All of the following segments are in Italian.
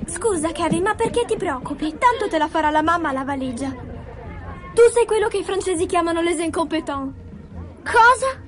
Scusa, Kevin, ma perché ti preoccupi? Tanto te la farà la mamma la valigia. Tu sei quello che i francesi chiamano les incompetents. Cosa?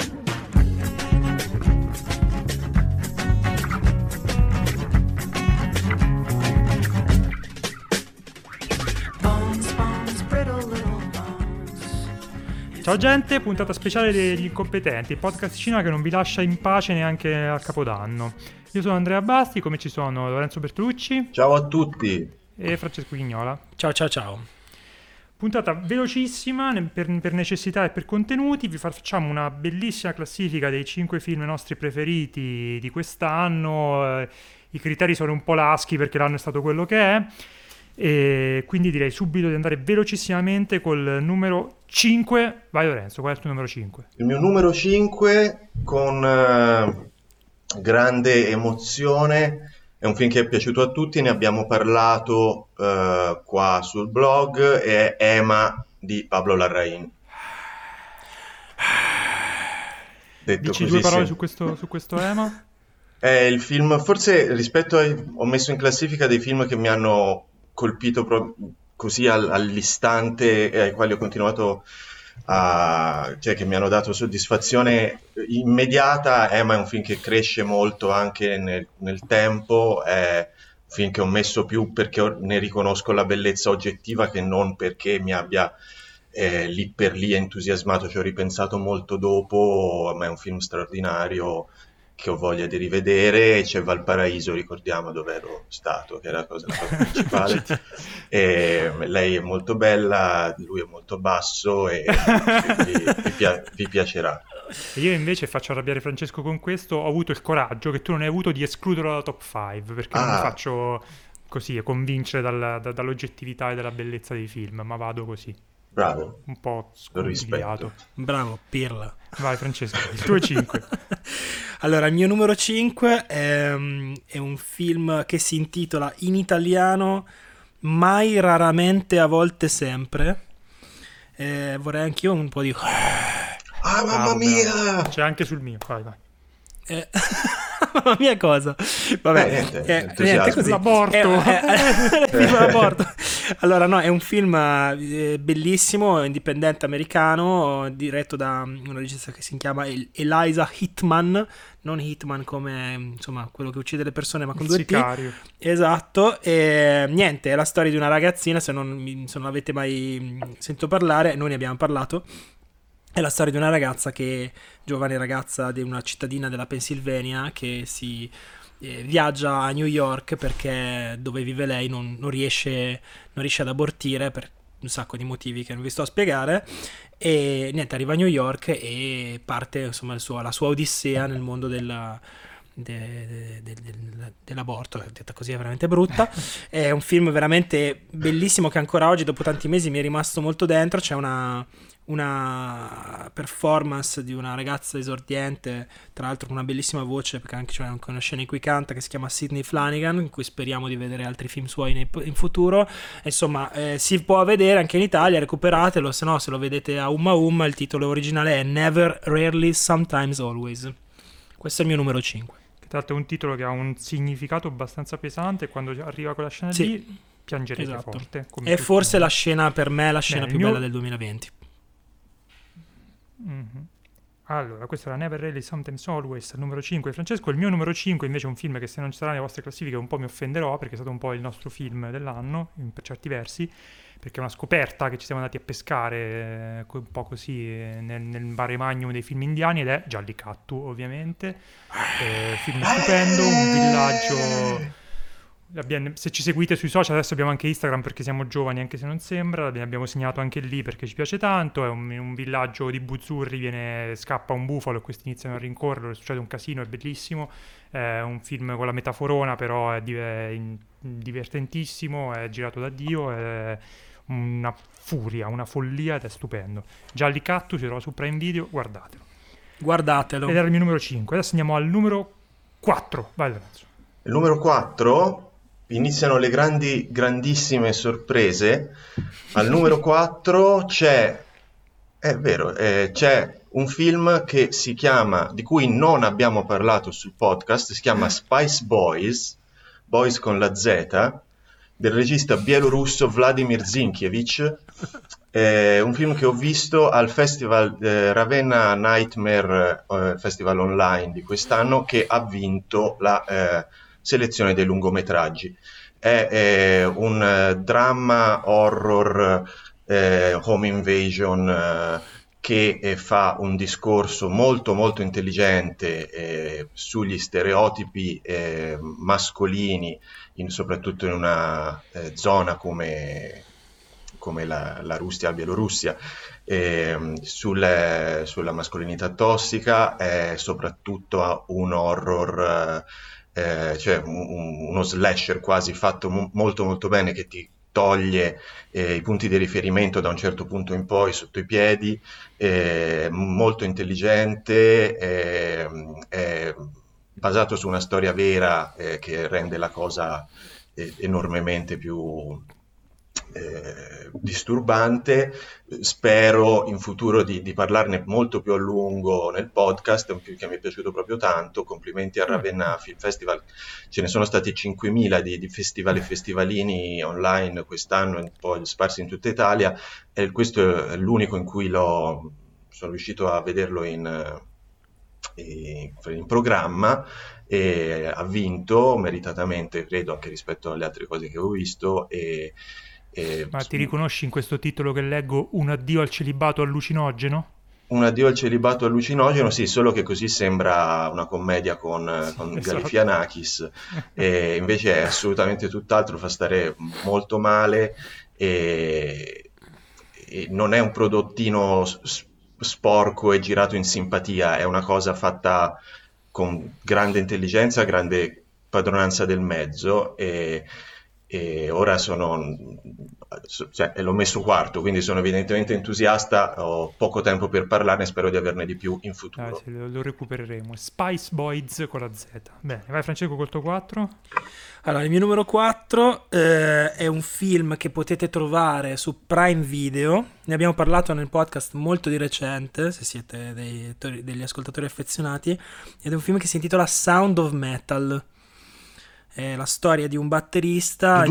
Ciao gente, puntata speciale degli incompetenti, il podcast cinema che non vi lascia in pace neanche a Capodanno. Io sono Andrea Basti, come ci sono Lorenzo Bertolucci. Ciao a tutti. E Francesco Chignola. Ciao. Puntata velocissima per necessità e per contenuti. Vi facciamo una bellissima classifica dei 5 film nostri preferiti di quest'anno. I criteri sono un po' laschi perché l'anno è stato quello che è. E quindi direi subito di andare velocissimamente col numero 5. Vai Lorenzo, qual è il tuo numero 5? Il mio numero 5, con grande emozione, è un film che è piaciuto a tutti, ne abbiamo parlato qua sul blog, è Ema di Pablo Larraín. Detto Dici così, due parole sì. su questo Ema? È il film, forse ho messo in classifica dei film che mi hanno colpito così all'istante e ai quali ho continuato cioè che mi hanno dato soddisfazione immediata. Emma è un film che cresce molto anche nel tempo, è un film che ho messo più perché ne riconosco la bellezza oggettiva che non perché mi abbia lì per lì entusiasmato, ci ho ripensato molto dopo, ma è un film straordinario che ho voglia di rivedere. C'è Valparaíso, ricordiamo dove ero stato, che è la cosa principale. E lei è molto bella, lui è molto basso e vi piacerà. E io invece faccio arrabbiare Francesco con questo. Ho avuto il coraggio che tu non hai avuto di escluderlo dalla top 5 perché non mi faccio così convincere dall'oggettività e dalla bellezza dei film, ma vado così. Bravo, un po' lo rispetto. Bravo, pirla. Vai Francesco, il tuo 5. Allora, il mio numero 5 è un film che si intitola in italiano Mai, raramente, a volte, sempre. Vorrei anch'io un po' di... mamma mia! C'è anche sul mio, vai. Mamma mia cosa? Vabbè, niente così. L'aborto. L'aborto. Allora no, è un film bellissimo, indipendente americano, diretto da una regista che si chiama Eliza Hittman, non Hitman come insomma quello che uccide le persone ma con due sicario. T. Esatto. E niente, è la storia di una ragazzina, se non avete mai sentito parlare, noi ne abbiamo parlato. È la storia di una ragazza giovane ragazza di una cittadina della Pennsylvania che si viaggia a New York perché dove vive lei non riesce ad abortire per un sacco di motivi che non vi sto a spiegare, e niente, arriva a New York e parte insomma la sua odissea nel mondo dell'aborto. Detta così è veramente brutta. È un film veramente bellissimo che ancora oggi dopo tanti mesi mi è rimasto molto dentro. C'è una performance di una ragazza esordiente, tra l'altro con una bellissima voce, perché anche c'è anche una scena in cui canta, che si chiama Sydney Flanagan, in cui speriamo di vedere altri film suoi in futuro. Insomma, si può vedere anche in Italia, recuperatelo, se no se lo vedete a Umma, il titolo originale è Never, Rarely, Sometimes, Always. Questo è il mio numero 5. Che tra l'altro è un titolo che ha un significato abbastanza pesante, e quando arriva quella scena sì, lì piangerete forte. È forse la scena, per me, la scena più bella del 2020. Mm-hmm. Allora, questa era Never Really Sometimes Always, il numero 5 di Francesco. Il mio numero 5 invece è un film che, se non ci sarà nelle vostre classifiche, un po' mi offenderò, perché è stato un po' il nostro film dell'anno per certi versi, perché è una scoperta che ci siamo andati a pescare un po' così nel mare magnum dei film indiani, ed è Jallikattu, ovviamente. Film stupendo, un villaggio. Se ci seguite sui social, adesso abbiamo anche Instagram perché siamo giovani, anche se non sembra, abbiamo segnato anche lì perché ci piace tanto. È un villaggio di buzzurri, scappa un bufalo e questi iniziano a rincorrerlo, succede un casino, è bellissimo. È un film con la metaforona, però è divertentissimo, è girato da Dio, è una furia, una follia, ed è stupendo. Jallikattu si trova su Prime Video, guardatelo. Ed era il mio numero 5. Adesso andiamo al numero 4. Vai Lorenzo. Il numero 4... iniziano le grandissime sorprese. Al numero 4 c'è un film che di cui non abbiamo parlato sul podcast, si chiama Spice Boys, Boys con la Z, del regista bielorusso Vladimir Zinkiewicz. È un film che ho visto al festival Ravenna Nightmare Festival Online di quest'anno, che ha vinto la selezione dei lungometraggi. È un dramma horror home invasion che fa un discorso molto molto intelligente sugli stereotipi mascolini, soprattutto in una zona come la Russia, la Bielorussia, sulla mascolinità tossica, soprattutto un horror, cioè uno slasher quasi fatto molto molto bene, che ti toglie i punti di riferimento da un certo punto in poi sotto i piedi, molto intelligente, è basato su una storia vera, che rende la cosa enormemente più disturbante. Spero in futuro di parlarne molto più a lungo nel podcast. È un film che mi è piaciuto proprio tanto. Complimenti a Ravenna Film Festival, ce ne sono stati 5.000 di festival e festivalini online quest'anno, un po' sparsi in tutta Italia, e questo è l'unico in cui sono riuscito a vederlo in programma, e ha vinto meritatamente, credo, anche rispetto alle altre cose che ho visto. Ma ti riconosci in questo titolo che leggo Un addio al celibato allucinogeno? Un addio al celibato allucinogeno, sì, solo che così sembra una commedia con Esatto. Galifianakis, e invece è assolutamente tutt'altro, fa stare molto male, e non è un prodottino sporco e girato in simpatia, è una cosa fatta con grande intelligenza, grande padronanza del mezzo, e ora l'ho messo quarto, quindi sono evidentemente entusiasta, ho poco tempo per parlarne, spero di averne di più in futuro. Sì, lo recupereremo. Spice Boys con la Z. Bene, vai Francesco col tuo 4. Allora, il mio numero 4 è un film che potete trovare su Prime Video. Ne abbiamo parlato nel podcast molto di recente, se siete degli ascoltatori affezionati, ed è un film che si intitola Sound of Metal. È la storia di un batterista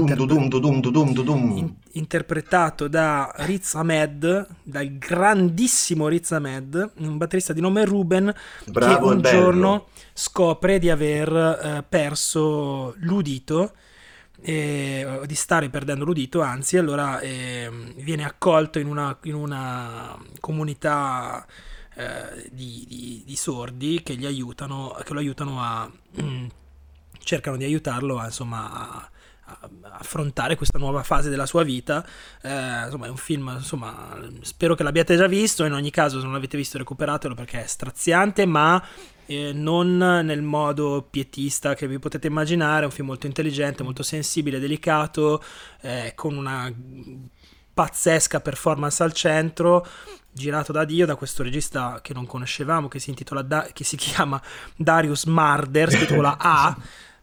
interpretato da Riz Ahmed, dal grandissimo Riz Ahmed, un batterista di nome Ruben. Bravo, che un giorno scopre di aver perso l'udito, di stare perdendo l'udito, anzi, allora viene accolto in una comunità di sordi che lo aiutano a cercano di aiutarlo a affrontare questa nuova fase della sua vita. Insomma, è un film, spero che l'abbiate già visto. In ogni caso, se non l'avete visto, recuperatelo, perché è straziante, ma non nel modo pietista che vi potete immaginare. È un film molto intelligente, molto sensibile, delicato, con una pazzesca performance al centro, girato da Dio, da questo regista che non conoscevamo, che si chiama Darius Marder, scritto con la A.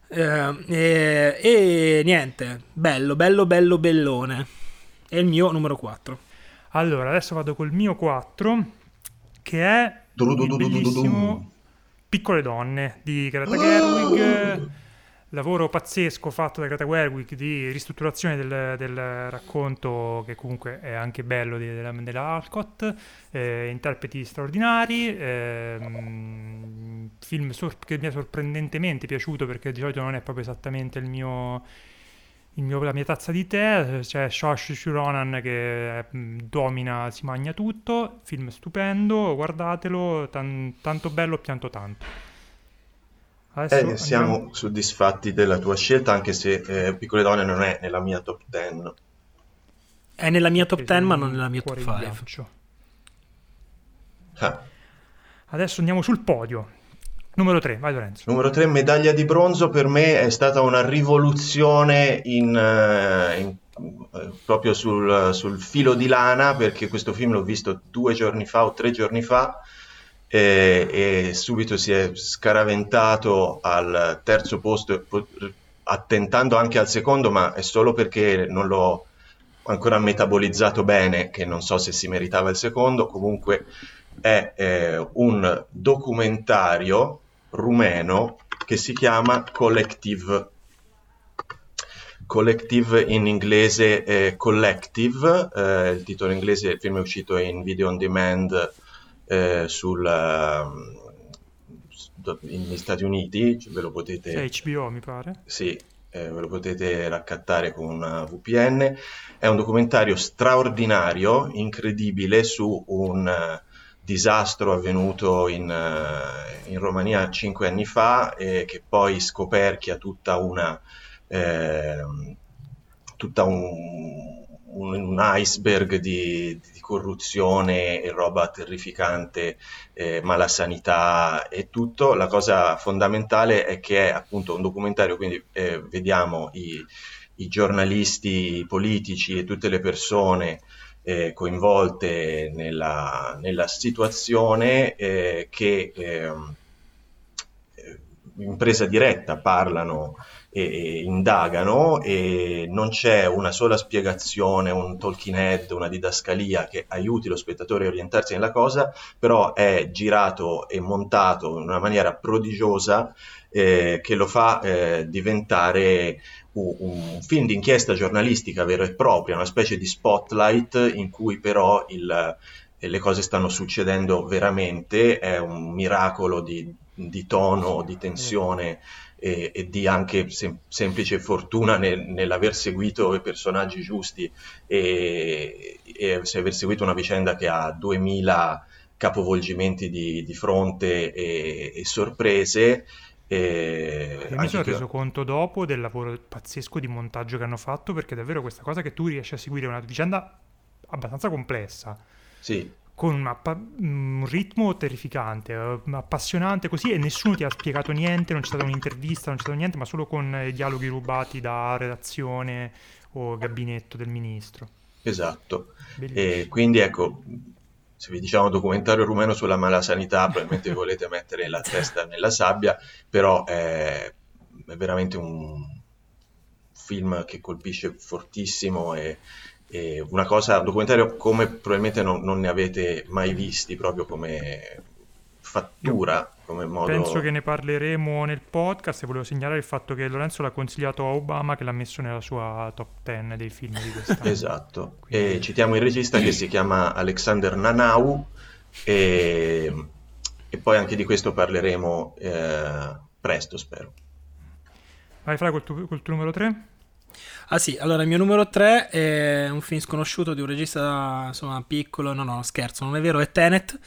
E niente, bellone. È il mio numero 4. Allora, adesso vado col mio 4, che è il bellissimo Piccole donne di Greta Gerwig. Lavoro pazzesco fatto da Greta Gerwig di ristrutturazione del racconto, che comunque è anche bello, della Alcott, interpreti straordinari, film che mi è sorprendentemente piaciuto, perché di solito non è proprio esattamente la mia tazza di tè. C'è Saoirse Ronan che domina, si magna tutto, film stupendo, guardatelo, tanto bello, ho pianto tanto. Siamo soddisfatti della tua scelta, anche se Piccole donne non è nella mia top 10. È nella mia top 10, ma non nella mia top 5. Adesso andiamo sul podio. Numero 3, vai Lorenzo. Numero 3, medaglia di bronzo, per me è stata una rivoluzione proprio sul filo di lana, perché questo film l'ho visto 2 giorni fa o 3 giorni fa, e subito si è scaraventato al terzo posto, attentando anche al secondo, ma è solo perché non l'ho ancora metabolizzato bene, che non so se si meritava il secondo. Comunque è un documentario rumeno che si chiama Collective, Collective in inglese, Collective, il titolo inglese. Il film è uscito in video on demand negli Stati Uniti, ve lo potete... HBO mi pare. Sì, ve lo potete raccattare con una VPN. È un documentario straordinario, incredibile, su un disastro avvenuto in Romania 5 anni fa, che poi scoperchia tutta un iceberg di corruzione e roba terrificante, malasanità e tutto. La cosa fondamentale è che è appunto un documentario, quindi vediamo i giornalisti politici e tutte le persone coinvolte nella situazione, che in presa diretta parlano e indagano, e non c'è una sola spiegazione, un talking head, una didascalia che aiuti lo spettatore a orientarsi nella cosa, però è girato e montato in una maniera prodigiosa, che lo fa diventare un film d'inchiesta giornalistica vero e proprio, una specie di spotlight in cui però le cose stanno succedendo veramente. È un miracolo di tono, di tensione e di anche semplice fortuna nell'aver seguito i personaggi giusti e aver seguito una vicenda che ha 2000 capovolgimenti di fronte e sorprese. Io mi sono reso conto dopo del lavoro pazzesco di montaggio che hanno fatto, perché davvero questa cosa che tu riesci a seguire una vicenda abbastanza complessa, sì, con un ritmo terrificante, appassionante così, e nessuno ti ha spiegato niente, non c'è stata un'intervista, non c'è stato niente, ma solo con i dialoghi rubati da redazione o gabinetto del ministro. esatto. Bellissimo. E quindi ecco, se vi diciamo documentario rumeno sulla malasanità, probabilmente volete mettere la testa nella sabbia, però è veramente un film che colpisce fortissimo, e un documentario come probabilmente non ne avete mai visti, proprio come fattura, come modo... Penso che ne parleremo nel podcast, e volevo segnalare il fatto che Lorenzo l'ha consigliato a Obama, che l'ha messo nella sua top 10 dei film di quest'anno. Esatto. Quindi... E citiamo il regista, che si chiama Alexander Nanau, e poi anche di questo parleremo presto, spero. Vai Fra col tuo numero 3? Ah sì, allora il mio numero 3 è un film sconosciuto di un regista, insomma, piccolo. No, scherzo, non è vero, è Tenet.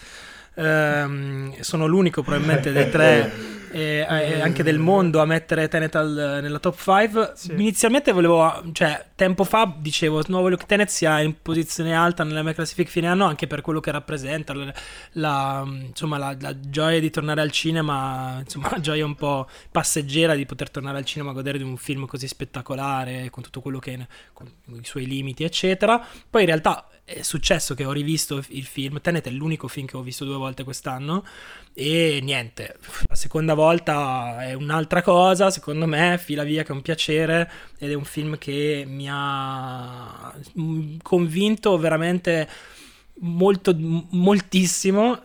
Sono l'unico probabilmente dei tre anche del mondo a mettere Tenet nella top 5. Sì. Inizialmente tempo fa dicevo no, voglio che Tenet sia in posizione alta nella mia classifica fine anno, anche per quello che rappresenta la gioia di tornare al cinema, insomma la gioia un po' passeggera di poter tornare al cinema a godere di un film così spettacolare, con tutto quello che con i suoi limiti eccetera. Poi in realtà è successo che ho rivisto il film. Tenet è l'unico film che ho visto 2 volte quest'anno, e niente, la seconda volta è un'altra cosa, secondo me fila via, che è un piacere, ed è un film che mi ha convinto veramente moltissimo.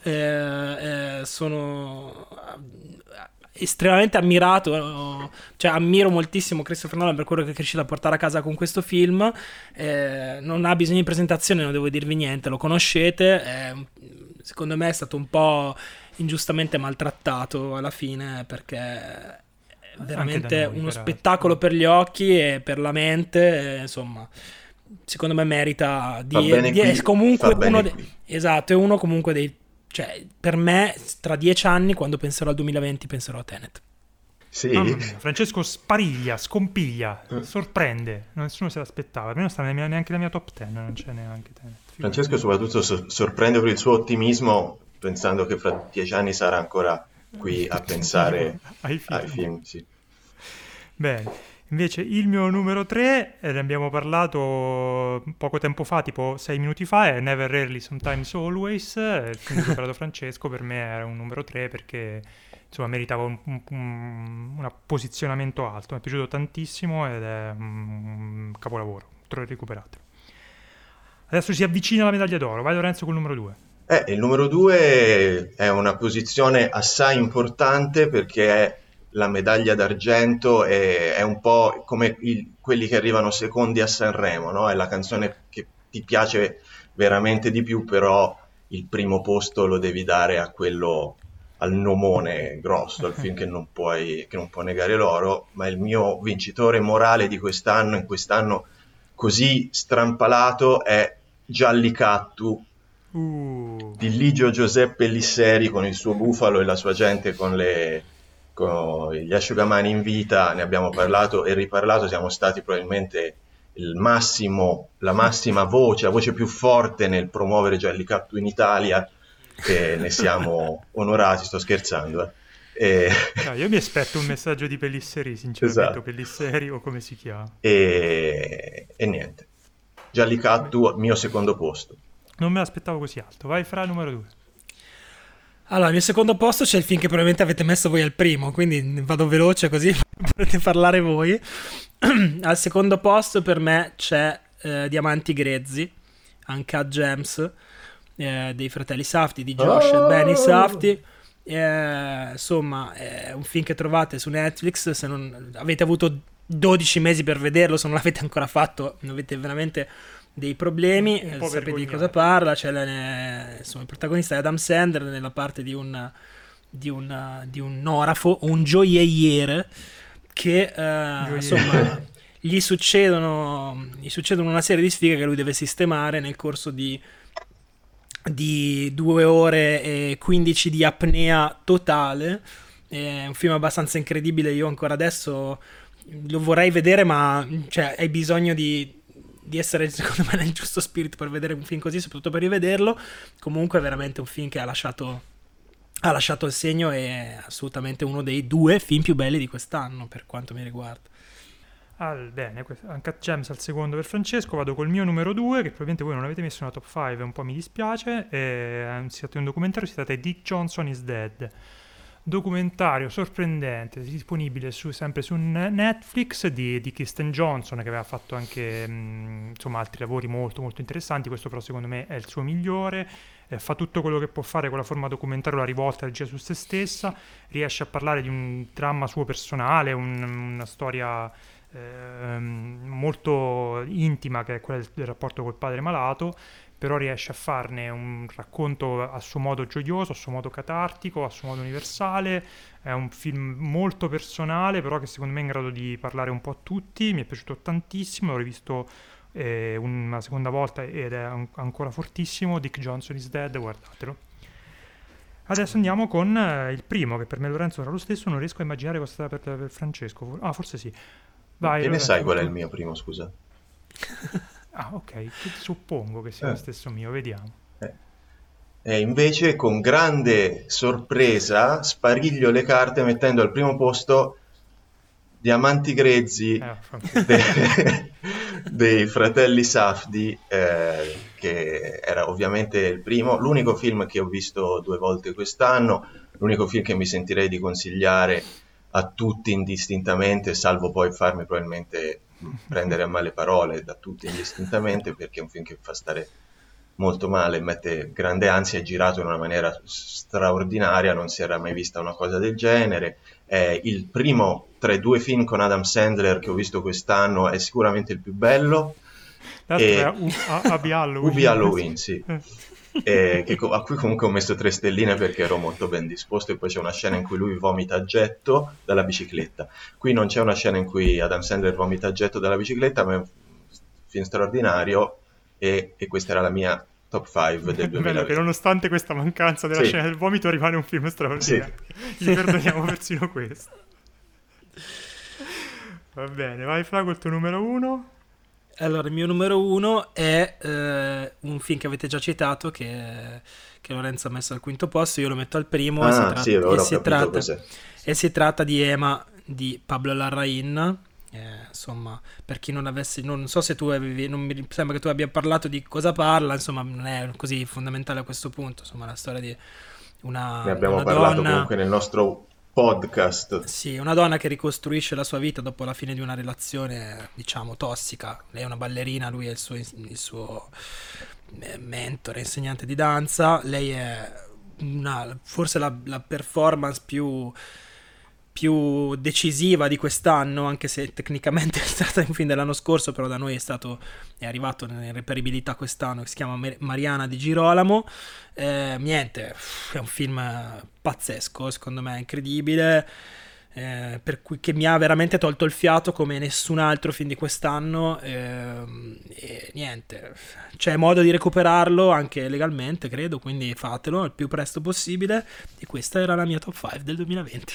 Sono estremamente ammirato, cioè ammiro moltissimo Christopher Nolan per quello che è riuscito a portare a casa con questo film. Non ha bisogno di presentazione, non devo dirvi niente, lo conoscete. Secondo me è stato un po' ingiustamente maltrattato alla fine, perché è veramente uno spettacolo per gli occhi e per la mente, insomma secondo me merita comunque uno esatto, è uno comunque dei, cioè per me tra 10 anni, quando penserò al 2020, penserò a Tenet. Sì. Francesco spariglia, scompiglia, sorprende, nessuno se l'aspettava, almeno sta neanche la mia top 10, non c'è neanche Tenet. Francesco soprattutto sorprende per il suo ottimismo, pensando che fra 10 anni sarà ancora qui a pensare ai film. Sì. Bene, invece il mio numero 3, ne abbiamo parlato poco tempo fa, tipo 6 minuti fa, è Never Rarely Sometimes Always, il film di cui ha parlato Francesco. Per me era un numero 3 perché insomma meritava un posizionamento alto, mi è piaciuto tantissimo ed è un capolavoro, recuperatelo. Adesso si avvicina la medaglia d'oro, vai Lorenzo col numero 2. Il numero 2 è una posizione assai importante, perché è la medaglia d'argento è un po' come quelli che arrivano secondi a Sanremo, no? È la canzone che ti piace veramente di più, però il primo posto lo devi dare a quello, al nomone grosso, al film che non può negare l'oro. Ma il mio vincitore morale di quest'anno, in quest'anno così strampalato, è Giallicattu di Ligio Giuseppe Lisseri, con il suo bufalo e la sua gente con gli asciugamani in vita. Ne abbiamo parlato e riparlato, siamo stati probabilmente la massima voce, la voce più forte nel promuovere Giallicattu in Italia, e ne siamo onorati. Sto scherzando, Io mi aspetto un messaggio di Pellisseri, sinceramente, Esatto. o Pellisseri o come si chiama. e niente, Giallicattu mio secondo posto. Non me l'aspettavo così alto. Vai Fra, numero 2. Allora, al mio secondo posto c'è il film che probabilmente avete messo voi al primo, quindi vado veloce così potete parlare voi. Al secondo posto per me c'è Diamanti Grezzi, Uncut Gems, dei fratelli Safdie, di Josh e Benny Safdie. Insomma, è un film che trovate su Netflix. Se non avete avuto 12 mesi per vederlo, se non l'avete ancora fatto, avete veramente dei problemi. Un po' Sapete di vergognati. cosa parla. Insomma, il protagonista è Adam Sandler nella parte di un orafo, un gioielliere che insomma gli succedono una serie di sfighe che lui deve sistemare nel corso di 2 ore e 15 di apnea totale. È un film abbastanza incredibile. Io ancora adesso lo vorrei vedere, ma cioè, hai bisogno di essere, secondo me, nel giusto spirito per vedere un film così, soprattutto per rivederlo. Comunque è veramente un film che ha lasciato il segno, e è assolutamente uno dei 2 film più belli di quest'anno per quanto mi riguarda. Bene, Uncut Gems al secondo per Francesco. Vado col mio numero 2, che probabilmente voi non avete messo nella top 5, un po' mi dispiace. Si tratta di un documentario, si tratta di Dick Johnson is Dead. Documentario sorprendente, disponibile sempre su Netflix, di Kirsten Johnson, che aveva fatto anche insomma altri lavori molto molto interessanti. Questo però secondo me è il suo migliore. Fa tutto quello che può fare con la forma documentario, la rivolta, la regia su se stessa, riesce a parlare di un dramma suo personale, una storia molto intima, che è quella del rapporto col padre malato, però riesce a farne un racconto a suo modo gioioso, a suo modo catartico, a suo modo universale. È un film molto personale, però che secondo me è in grado di parlare un po' a tutti. Mi è piaciuto tantissimo, l'ho rivisto una seconda volta ed è ancora fortissimo. Dick Johnson is Dead, guardatelo. Adesso andiamo con il primo, che per me Lorenzo era lo stesso, non riesco a immaginare cosa sarà per Francesco. Forse sì. Vai, Che ne Lorenzo, sai qual è tu. il mio primo, scusa? Ok, suppongo che sia lo stesso mio, vediamo. E invece, con grande sorpresa, spariglio le carte mettendo al primo posto Diamanti Grezzi dei fratelli Safdie, che era ovviamente il primo, l'unico film che ho visto 2 volte quest'anno, l'unico film che mi sentirei di consigliare a tutti indistintamente, salvo poi farmi probabilmente prendere a male parole da tutti indistintamente, perché è un film che fa stare molto male, mette grande ansia, è girato in una maniera straordinaria, non si era mai vista una cosa del genere. È il primo tra i 2 film con Adam Sandler che ho visto quest'anno, è sicuramente il più bello. Ubi Halloween, sì. A cui comunque ho messo 3 stelline perché ero molto ben disposto, e poi c'è una scena in cui lui vomita a getto dalla bicicletta. Qui non c'è una scena in cui Adam Sandler vomita a getto dalla bicicletta, ma è un film straordinario, e questa era la mia top 5 del 2020. Bello che nonostante questa mancanza della scena del vomito rimane un film straordinario. Gli perdoniamo persino questo. Va bene, vai Fra col tuo numero 1. Allora, il mio numero 1 è un film che avete già citato, che Lorenzo ha messo al quinto posto. Io lo metto al primo. E si tratta di Ema di Pablo Larraín. Insomma, per chi non avesse, non so se tu avevi, non mi sembra che tu abbia parlato di cosa parla, insomma non è così fondamentale a questo punto. Insomma, la storia di ne abbiamo parlato donna, comunque nel nostro podcast. Sì, una donna che ricostruisce la sua vita dopo la fine di una relazione, diciamo, tossica. Lei è una ballerina, lui è il suo mentore, insegnante di danza. Lei è forse la performance più più decisiva di quest'anno, anche se tecnicamente è stata un film dell'anno scorso, però da noi è arrivato in reperibilità quest'anno, che si chiama Mariana di Girolamo. Niente, è un film pazzesco, secondo me incredibile, per cui che mi ha veramente tolto il fiato come nessun altro film di quest'anno, e niente, c'è modo di recuperarlo anche legalmente, credo, quindi fatelo il più presto possibile. E questa era la mia top 5 del 2020.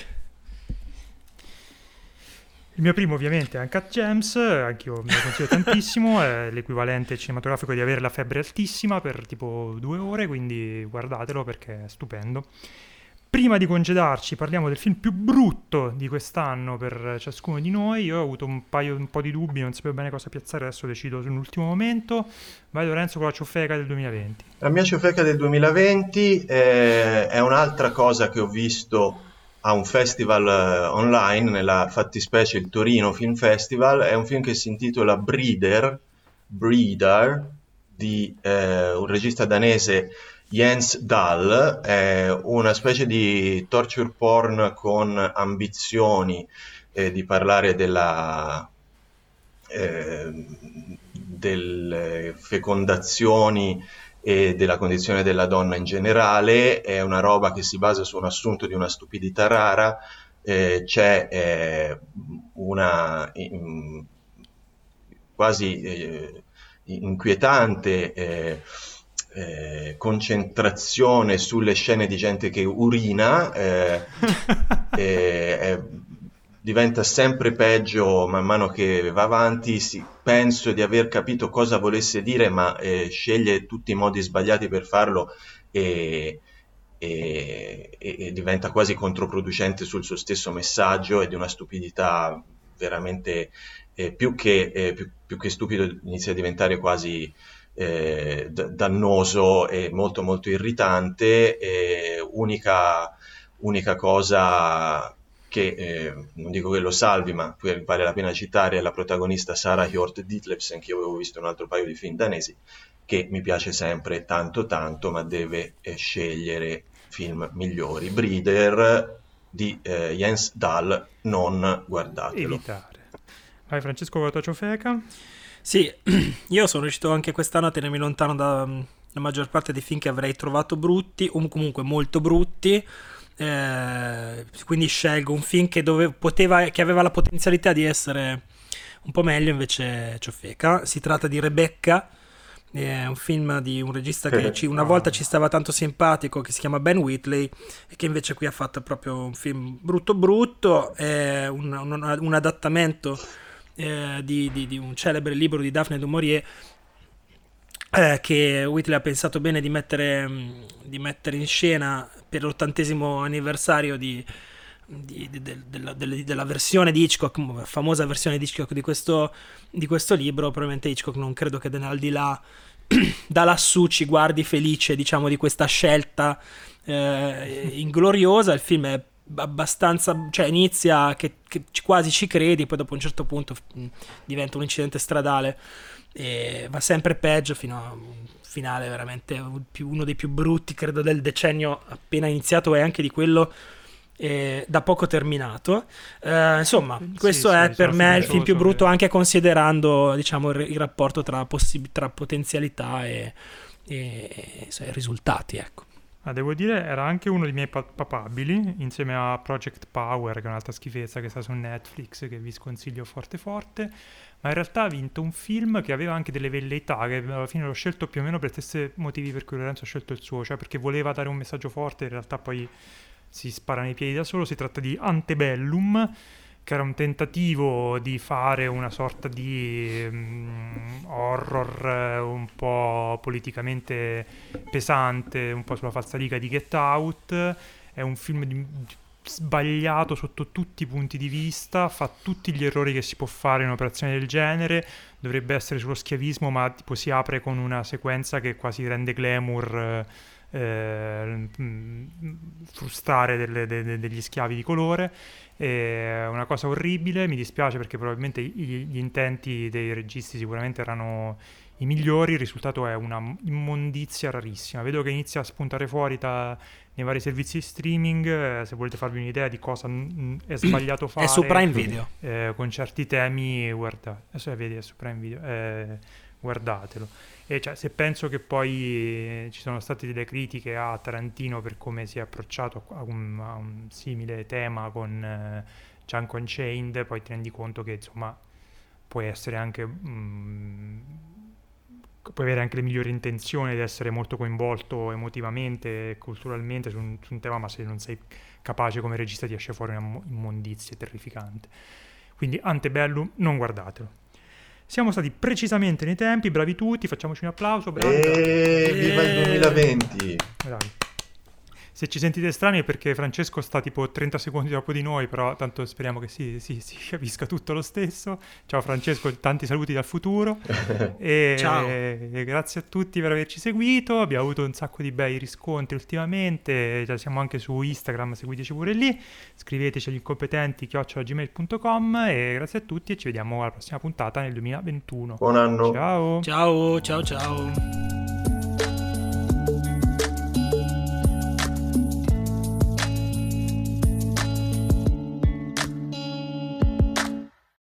Il mio primo ovviamente è Uncut Gems, anch'io me lo consiglio tantissimo, è l'equivalente cinematografico di avere la febbre altissima per tipo 2 ore, quindi guardatelo perché è stupendo. Prima di congedarci parliamo del film più brutto di quest'anno per ciascuno di noi. Io ho avuto un po' di dubbi, non sapevo bene cosa piazzare, adesso decido sull'ultimo momento. Vai Lorenzo con la ciofeca del 2020. La mia ciofeca del 2020 è un'altra cosa che ho visto a un festival online, nella fattispecie il Torino Film Festival. È un film che si intitola Breeder di un regista danese, Jens Dahl. È una specie di torture porn con ambizioni di parlare delle fecondazioni e della condizione della donna in generale. È una roba che si basa su un assunto di una stupidità rara. C'è una quasi inquietante concentrazione sulle scene di gente che urina, diventa sempre peggio man mano che va avanti. Penso di aver capito cosa volesse dire, ma sceglie tutti i modi sbagliati per farlo e diventa quasi controproducente sul suo stesso messaggio, e di una stupidità veramente più che stupido, inizia a diventare quasi dannoso e molto molto irritante. Unica cosa che non dico che lo salvi, ma vale la pena citare, è la protagonista Sarah Hjort Ditlevsen, che io avevo visto un altro paio di film danesi, che mi piace sempre tanto tanto, ma deve scegliere film migliori. Breeder di Jens Dahl, non guardatelo. Evitare. Vai Francesco con la tua ciofeca. Sì, io sono riuscito anche quest'anno a tenermi lontano da la maggior parte dei film che avrei trovato brutti, o comunque molto brutti, quindi scelgo un film che aveva la potenzialità di essere un po' meglio, invece ciofeca. Si tratta di Rebecca, è un film di un regista che una volta ci stava tanto simpatico, che si chiama Ben Wheatley, e che invece qui ha fatto proprio un film brutto, è un adattamento di un celebre libro di Daphne du Maurier, che Wheatley ha pensato bene di mettere in scena per l'80° anniversario della versione di Hitchcock, famosa versione di Hitchcock di questo libro. Probabilmente Hitchcock non credo che da lassù ci guardi felice, diciamo, di questa scelta ingloriosa. Il film è abbastanza, cioè inizia che quasi ci credi, poi dopo un certo punto diventa un incidente stradale e va sempre peggio fino a un finale veramente uno dei più brutti, credo, del decennio appena iniziato, e anche di quello da poco terminato. Insomma, questo è per me il film più brutto, anche considerando, diciamo, il rapporto tra potenzialità e risultati, ecco. Devo dire, era anche uno dei miei papabili, insieme a Project Power, che è un'altra schifezza che sta su Netflix, che vi sconsiglio forte, ma in realtà ha vinto un film che aveva anche delle velleità, che alla fine l'ho scelto più o meno per gli stessi motivi per cui Lorenzo ha scelto il suo, cioè perché voleva dare un messaggio forte, in realtà poi si spara nei piedi da solo. Si tratta di Antebellum, che era un tentativo di fare una sorta di horror un po' politicamente pesante, un po' sulla falsariga di Get Out. È un film sbagliato sotto tutti i punti di vista, fa tutti gli errori che si può fare in un'operazione del genere. Dovrebbe essere sullo schiavismo, ma tipo si apre con una sequenza che quasi rende glamour frustare degli schiavi di colore. È una cosa orribile, mi dispiace perché probabilmente gli intenti dei registi sicuramente erano i migliori, il risultato è una immondizia rarissima. Vedo che inizia a spuntare fuori nei vari servizi di streaming, se volete farvi un'idea di cosa è sbagliato fare. È su Prime Video. Con certi temi, guardate, adesso vedi, è su Prime Video, guardatelo. E cioè, se penso che poi ci sono state delle critiche a Tarantino per come si è approcciato a un simile tema con Django Unchained, poi ti rendi conto che insomma puoi essere anche puoi avere anche le migliori intenzioni di essere molto coinvolto emotivamente e culturalmente su un tema, ma se non sei capace come regista ti esce fuori una immondizia terrificante. Quindi Antebellum, non guardatelo. Siamo stati precisamente nei tempi, bravi tutti, facciamoci un applauso. Bravi. Viva il 2020! Bravi. Se ci sentite strani è perché Francesco sta tipo 30 secondi dopo di noi, però tanto speriamo che si capisca tutto lo stesso. Ciao Francesco, tanti saluti dal futuro. Ciao. E grazie a tutti per averci seguito, abbiamo avuto un sacco di bei riscontri ultimamente, siamo anche su Instagram, seguiteci pure lì, scriveteci agli incompetenti@gmail.com e grazie a tutti e ci vediamo alla prossima puntata nel 2021. Buon anno! Ciao! Ciao.